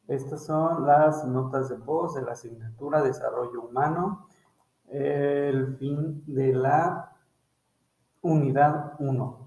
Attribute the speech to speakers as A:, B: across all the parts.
A: Estas son las notas de voz de la asignatura Desarrollo Humano, el fin de la unidad 1.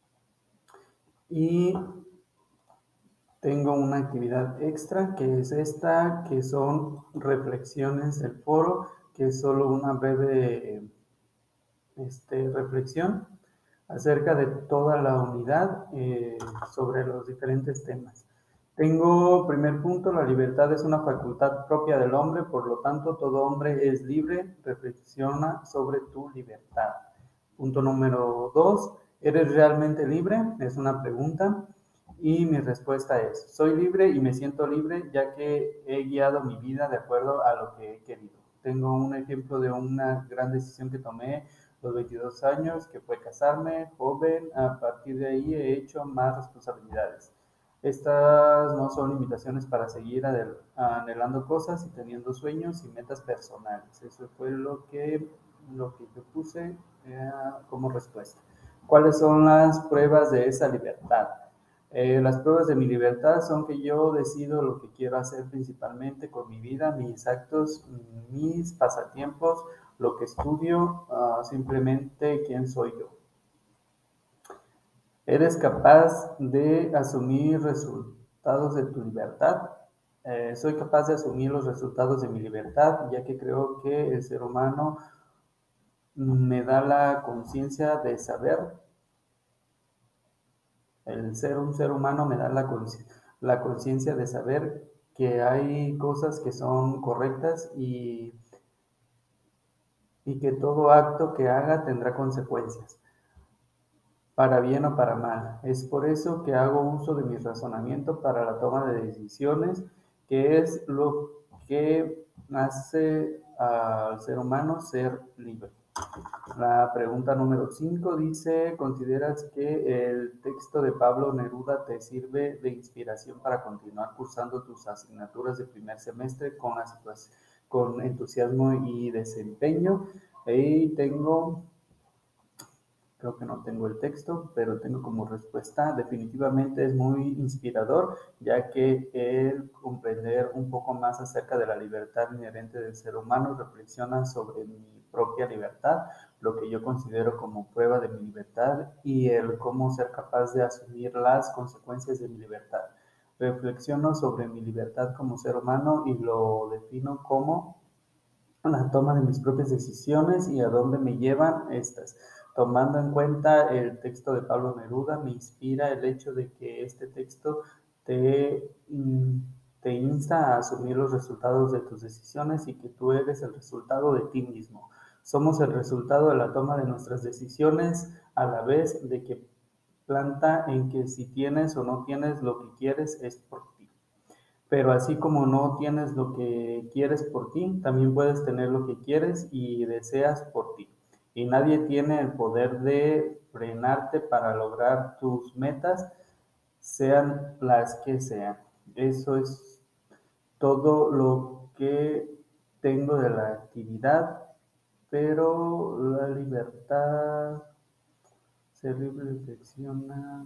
A: Y tengo una actividad extra que es esta, que son reflexiones del foro, que es solo una breve reflexión acerca de toda la unidad sobre los diferentes temas. Tengo primer punto, la libertad es una facultad propia del hombre, por lo tanto todo hombre es libre, reflexiona sobre tu libertad. Punto número 2, ¿eres realmente libre? Es una pregunta y mi respuesta es, soy libre y me siento libre ya que he guiado mi vida de acuerdo a lo que he querido. Tengo un ejemplo de una gran decisión que tomé los 22 años, que fue casarme, joven. A partir de ahí he hecho más responsabilidades. Estas no son limitaciones para seguir anhelando cosas y teniendo sueños y metas personales. Eso fue lo que yo puse como respuesta. ¿Cuáles son las pruebas de esa libertad? Las pruebas de mi libertad son que yo decido lo que quiero hacer principalmente con mi vida, mis actos, mis pasatiempos, lo que estudio, simplemente quién soy yo. ¿Eres capaz de asumir resultados de tu libertad? Soy capaz de asumir los resultados de mi libertad, ya que creo que el ser humano me da la conciencia de saber. El ser un ser humano me da la conciencia de saber que hay cosas que son correctas y que todo acto que haga tendrá consecuencias, para bien o para mal. Es por eso que hago uso de mi razonamiento para la toma de decisiones, que es lo que hace al ser humano ser libre. La pregunta número 5 dice, ¿consideras que el texto de Pablo Neruda te sirve de inspiración para continuar cursando tus asignaturas de primer semestre con entusiasmo y desempeño? Ahí creo que no tengo el texto, pero tengo como respuesta, definitivamente es muy inspirador, ya que el comprender un poco más acerca de la libertad inherente del ser humano reflexiona sobre mi propia libertad, lo que yo considero como prueba de mi libertad y el cómo ser capaz de asumir las consecuencias de mi libertad. Reflexiono sobre mi libertad como ser humano y lo defino como la toma de mis propias decisiones y a dónde me llevan estas. Tomando en cuenta el texto de Pablo Neruda, me inspira el hecho de que este texto te, te insta a asumir los resultados de tus decisiones y que tú eres el resultado de ti mismo. Somos el resultado de la toma de nuestras decisiones, a la vez de que planta en que si tienes o no tienes lo que quieres es por ti. Pero así como no tienes lo que quieres por ti, también puedes tener lo que quieres y deseas por ti. Y nadie tiene el poder de frenarte para lograr tus metas, sean las que sean. Eso es todo lo que tengo de la actividad, pero la libertad, ser libre, reflexiona,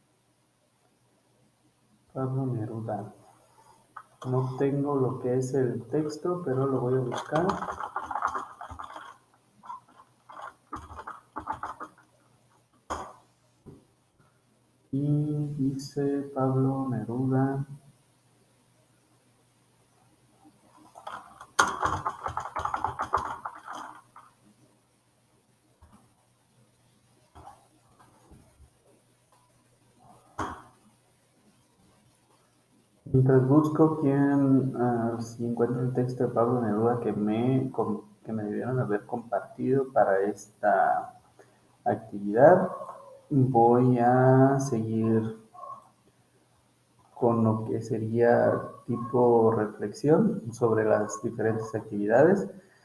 A: Pablo Neruda. No tengo lo que es el texto, pero lo voy a buscar. Y dice Pablo Neruda. Mientras busco si encuentro el texto de Pablo Neruda que me debieron haber compartido para esta actividad, voy a seguir con lo que sería tipo reflexión sobre las diferentes actividades.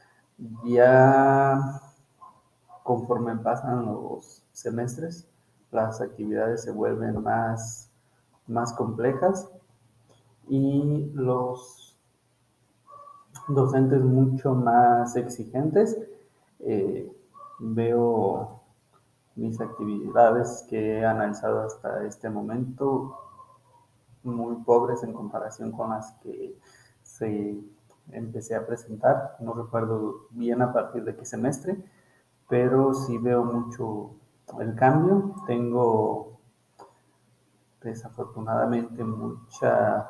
A: Ya conforme pasan los semestres, las actividades se vuelven más complejas y los docentes mucho más exigentes. Eh, Veo mis actividades que he analizado hasta este momento muy pobres en comparación con las que se empecé a presentar. No recuerdo bien a partir de qué semestre, pero sí veo mucho el cambio. Tengo desafortunadamente mucha,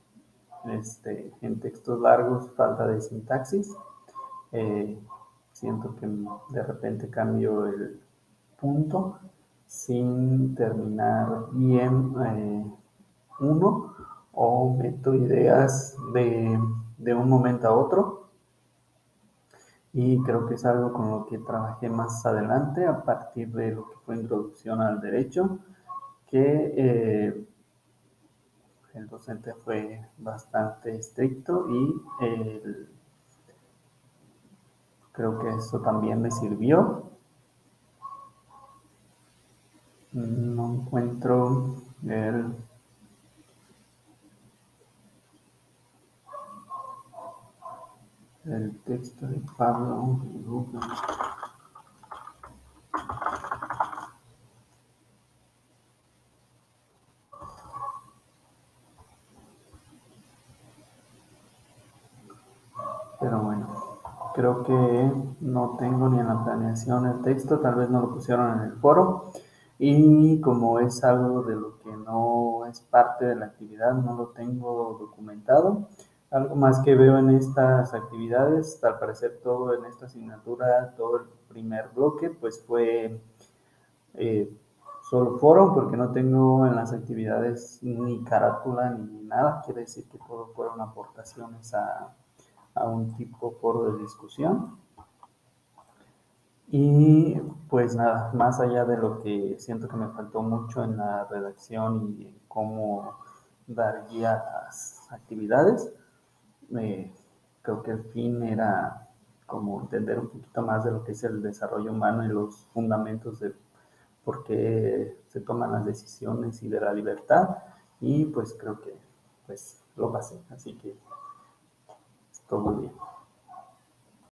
A: en textos largos, falta de sintaxis. Eh, Siento que de repente cambio el punto sin terminar bien uno, o meto ideas de un momento a otro, y creo que es algo con lo que trabajé más adelante a partir de lo que fue introducción al derecho, que el docente fue bastante estricto y creo que eso también me sirvió. No encuentro el texto de Pablo. Pero bueno, creo que no tengo ni en la planeación el texto, tal vez no lo pusieron en el foro, y como es algo de lo que no es parte de la actividad, no lo tengo documentado. Algo más que veo en estas actividades, al parecer todo en esta asignatura, todo el primer bloque, pues fue eh, solo foro, porque no tengo en las actividades ni carátula ni nada. Quiere decir que todo fueron aportaciones a un tipo foro de discusión. Y pues nada, más allá de lo que siento que me faltó mucho en la redacción y en cómo dar guía a las actividades, eh, creo que el fin era como entender un poquito más de lo que es el desarrollo humano y los fundamentos de por qué se toman las decisiones y de la libertad, y pues creo que pues lo pasé, así que estuvo muy bien.